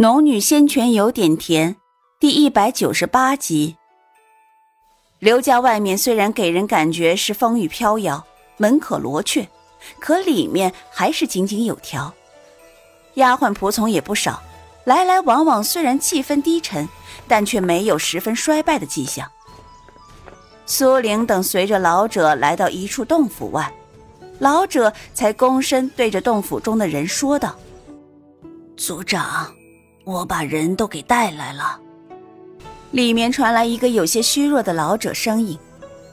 农女仙泉有点甜第198集。刘家外面虽然给人感觉是风雨飘摇，门可罗雀，可里面还是井井有条。丫鬟仆从也不少，来来往往，虽然气氛低沉，但却没有十分衰败的迹象。苏玲等随着老者来到一处洞府外，老者才躬身对着洞府中的人说道： 族长，我把人都给带来了。 里面传来一个有些虚弱的老者声音：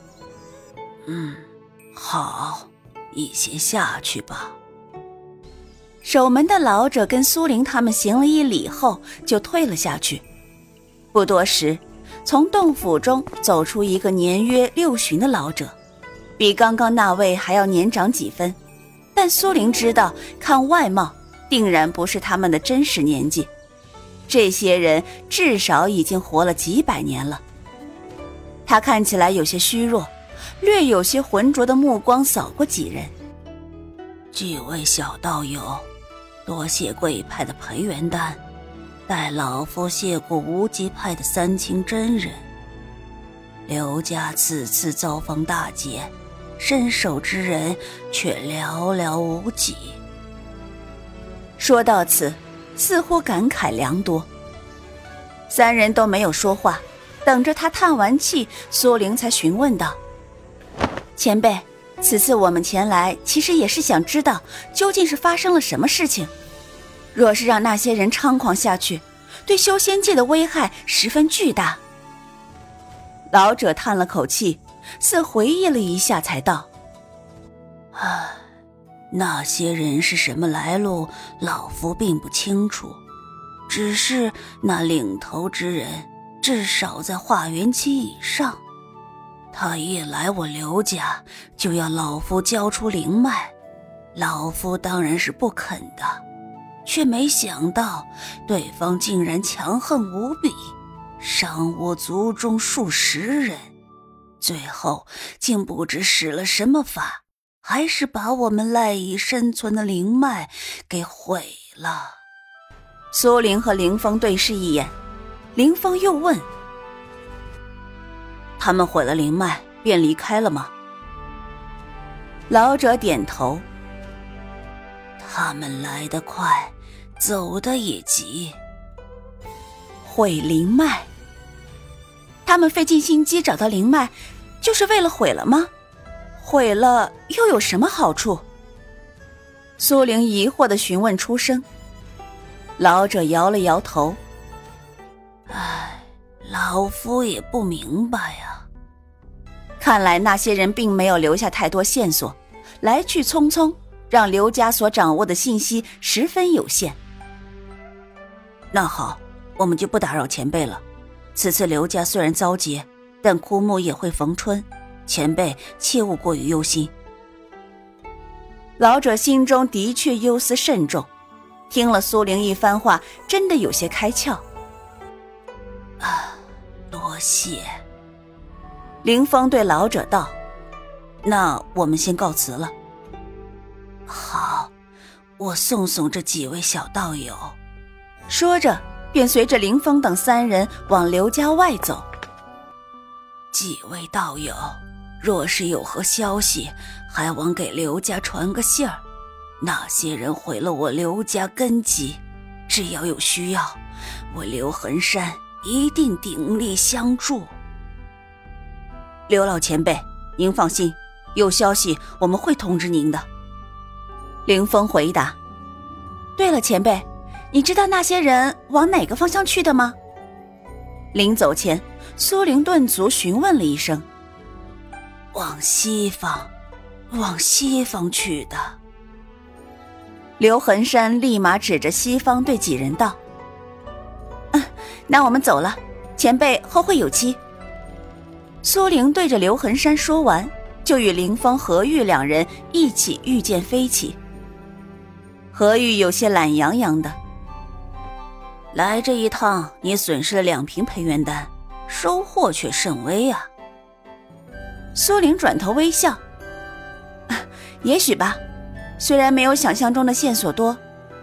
好，你先下去吧。 守门的老者跟苏玲他们行了一礼后就退了下去。不多时，从洞府中走出一个年约60的老者，比刚刚那位还要年长几分，但苏玲知道看外貌定然不是他们的真实年纪，这些人至少已经活了几百年了。他看起来有些虚弱，略有些浑浊的目光扫过几人。 几位小道友，多谢贵派的培元丹，代老夫谢过无极派的三清真人。刘家此次遭逢大劫，身手之人却寥寥无几。 说到此，似乎感慨良多。三人都没有说话，等着他叹完气，苏玲才询问道：前辈，此次我们前来其实也是想知道究竟是发生了什么事情。若是让那些人猖狂下去，对修仙界的危害十分巨大。老者叹了口气，似回忆了一下才道： 那些人是什么来路，老夫并不清楚，只是那领头之人至少在化元期以上，他一来我刘家就要老夫交出灵脉，老夫当然是不肯的，却没想到对方竟然强横无比，伤我族中数十人，最后竟不知使了什么法，还是把我们赖以生存的灵脉给毁了。 苏玲和凌风对视一眼，凌风又问： 他们毁了灵脉便离开了吗？ 老者点头： 他们来得快，走得也急。 毁灵脉？他们费尽心机找到灵脉，就是为了毁了吗？毁了又有什么好处？苏玲疑惑地询问出声。老者摇了摇头： 老夫也不明白呀。 看来那些人并没有留下太多线索，来去匆匆，让刘家所掌握的信息十分有限。 那好，我们就不打扰前辈了。此次刘家虽然遭劫，但枯木也会逢春，前辈切勿过于忧心。 老者心中的确忧思甚重，听了苏玲一番话，真的有些开窍。 多谢。 凌风对老者道：那我们先告辞了。 好，我送送这几位小道友。 说着便随着凌风等三人往刘家外走。 几位道友，若是有何消息，还望给刘家传个信儿。那些人毁了我刘家根基，只要有需要，我刘衡山一定鼎力相助。 刘老前辈，您放心，有消息我们会通知您的。凌风回答。对了，前辈，你知道那些人往哪个方向去的吗？临走前，苏玲顿足询问了一声。 往西方去的。 刘衡山立马指着西方对几人道：那我们走了，前辈后会有期。苏玲对着刘衡山说完，就与凌风、何玉两人一起御剑飞起。何玉有些懒洋洋的： 来这一趟你损失了2瓶培元丹，收获却甚微啊。 苏玲转头微笑：也许吧，虽然没有想象中的线索多，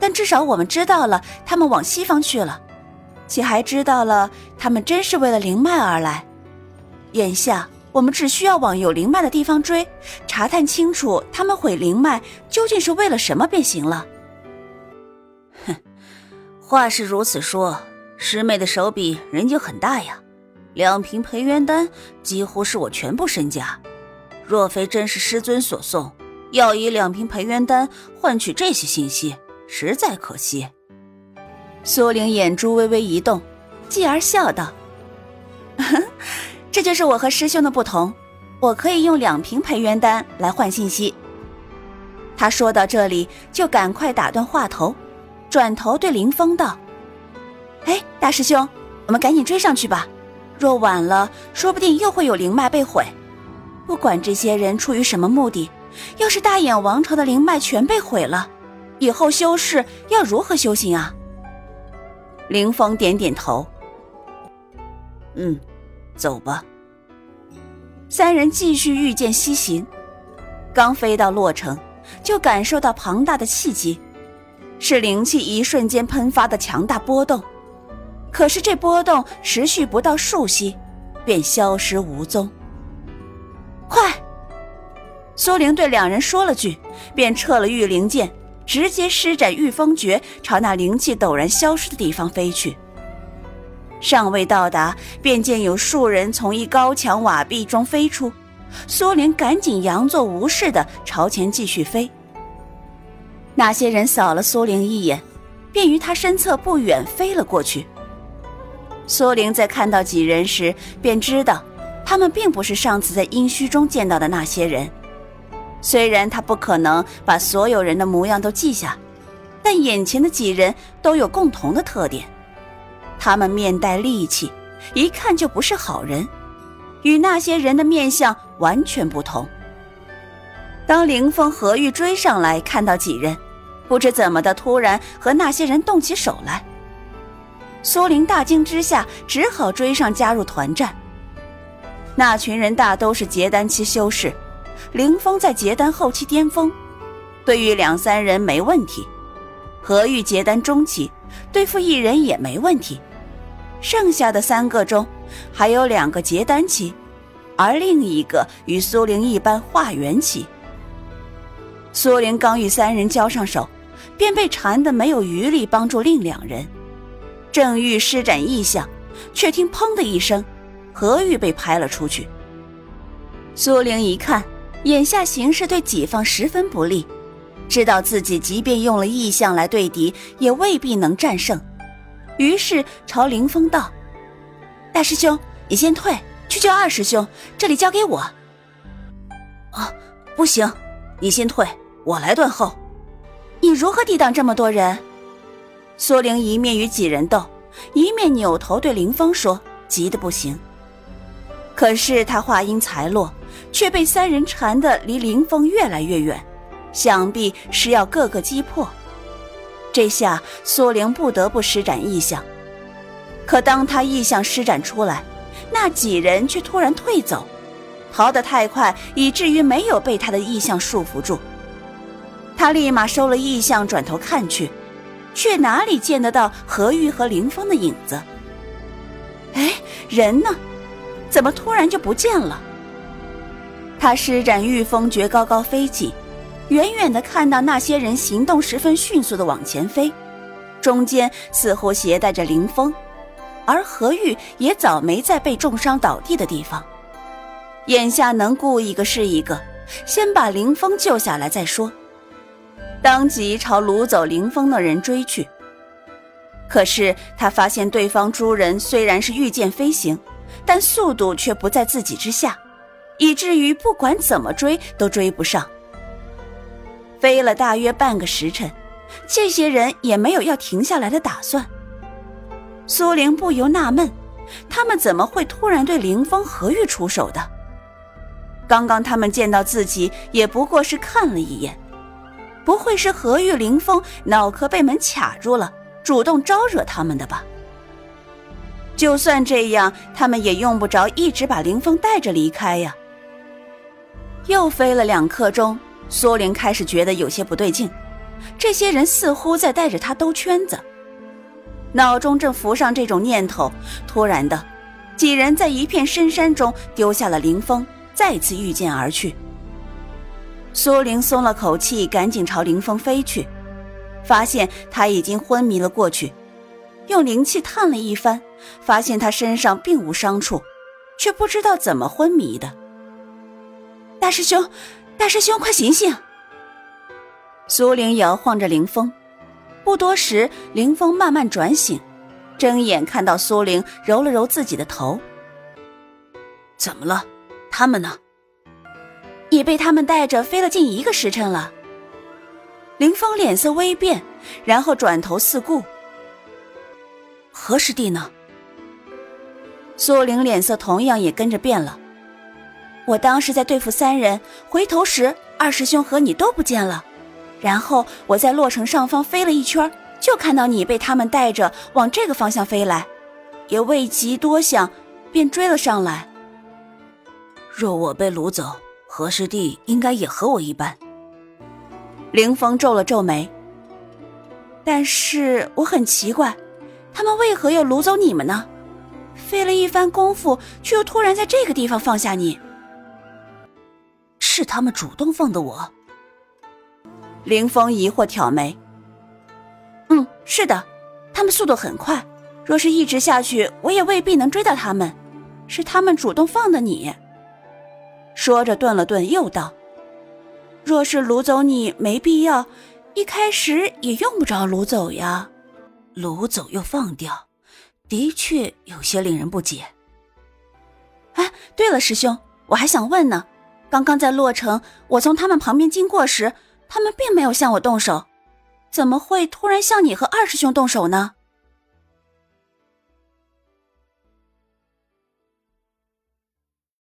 但至少我们知道了他们往西方去了，且还知道了他们真是为了灵脉而来。眼下我们只需要往有灵脉的地方追，查探清楚他们毁灵脉究竟是为了什么便行了。 哼，话是如此说，师妹的手笔人就很大呀，2瓶培元丹几乎是我全部身家，若非真是师尊所送，要以2瓶培元丹换取这些信息，实在可惜。 苏玲眼珠微微一动，继而笑道：这就是我和师兄的不同，我可以用2瓶培元丹来换信息。他说到这里就赶快打断话头，转头对林峰道：哎，大师兄，我们赶紧追上去吧，若晚了说不定又会有灵脉被毁。不管这些人出于什么目的，要是大眼王朝的灵脉全被毁了，以后修士要如何修行啊？林峰点点头， 走吧。 3人继续御剑西行，刚飞到洛城，就感受到庞大的气机，是灵气一瞬间喷发的强大波动。可是这波动持续不到数息，便消失无踪。快！苏玲对2人说了句，便撤了御灵剑，直接施展御风诀，朝那灵气陡然消失的地方飞去。尚未到达，便见有数人从一高墙瓦壁中飞出，苏玲赶紧佯作无事地朝前继续飞。那些人扫了苏玲一眼，便于她身侧不远飞了过去。苏玲在看到几人时，便知道他们并不是上次在阴虚中见到的那些人。虽然她不可能把所有人的模样都记下，但眼前的几人都有共同的特点，他们面带戾气，一看就不是好人，与那些人的面相完全不同。当凌风何玉追上来，看到几人，不知怎么的突然和那些人动起手来。苏玲大惊之下，只好追上加入团战。那群人大都是结丹期修士，凌风在结丹后期巅峰，对于2、3人没问题，何玉结丹中期，对付1人也没问题。剩下的3个中，还有2个结丹期，而另一个与苏玲一般化元期。苏玲刚与3人交上手，便被缠得没有余力帮助另2人，正欲施展异象，却听砰的一声，何玉被拍了出去。苏玲一看，眼下形势对己方十分不利，知道自己即便用了异象来对敌，也未必能战胜，于是朝凌风道：大师兄，你先退，去救2师兄，这里交给我。 不行，你先退，我来断后。 你如何抵挡这么多人？苏玲一面与几人斗，一面扭头对凌风说，急得不行。可是他话音才落，却被3人缠得离凌风越来越远，想必是要个个击破。这下苏玲不得不施展异象，可当他异象施展出来，那几人却突然退走，逃得太快，以至于没有被他的异象束缚住。他立马收了异象，转头看去，却哪里见得到何玉和凌风的影子。哎，人呢？怎么突然就不见了？他施展御风诀，高高飞起，远远地看到那些人行动十分迅速地往前飞，中间似乎携带着凌风，而何玉也早没在被重伤倒地的地方。眼下能顾一个是一个，先把凌风救下来再说。当即朝掳走凌风的人追去。可是他发现对方诸人虽然是御剑飞行，但速度却不在自己之下，以至于不管怎么追都追不上。飞了大约半个时辰，这些人也没有要停下来的打算。苏玲不由纳闷，他们怎么会突然对凌风何玉出手的？刚刚他们见到自己也不过是看了一眼，不会是何玉凌风脑壳被门卡住了，主动招惹他们的吧？就算这样，他们也用不着一直把凌风带着离开呀。又飞了2刻钟，苏玲开始觉得有些不对劲， 这些人似乎在带着他兜圈子。脑中正浮上这种念头，突然的，几人在一片深山中丢下了凌风，再次御剑而去。苏玲松了口气，赶紧朝凌风飞去，发现他已经昏迷了过去，用灵气探了一番，发现他身上并无伤处，却不知道怎么昏迷的。大师兄，大师兄，快醒醒！苏玲摇晃着凌风，不多时，凌风慢慢转醒，睁眼看到苏玲，揉了揉自己的头。 怎么了？他们呢？ 也被他们带着飞了近1个时辰了。凌风脸色微变，然后转头四顾。 和师弟呢？ 苏玲脸色同样也跟着变了。我当时在对付3人，回头时二师兄和你都不见了，然后我在洛城上方飞了一圈，就看到你被他们带着往这个方向飞来，也未及多想，便追了上来。 若我被掳走，和师弟应该也和我一般。 凌风皱了皱眉。但是我很奇怪，他们为何要掳走你们呢？费了一番功夫，却又突然在这个地方放下你。 是他们主动放的我？ 凌风疑惑挑眉。是的，他们速度很快，若是一直下去，我也未必能追到他们，是他们主动放的你。说着顿了顿，又道：若是掳走你没必要，一开始也用不着掳走呀。 掳走又放掉，的确有些令人不解。 哎，对了，师兄，我还想问呢，刚刚在洛城，我从他们旁边经过时，他们并没有向我动手，怎么会突然向你和二师兄动手呢？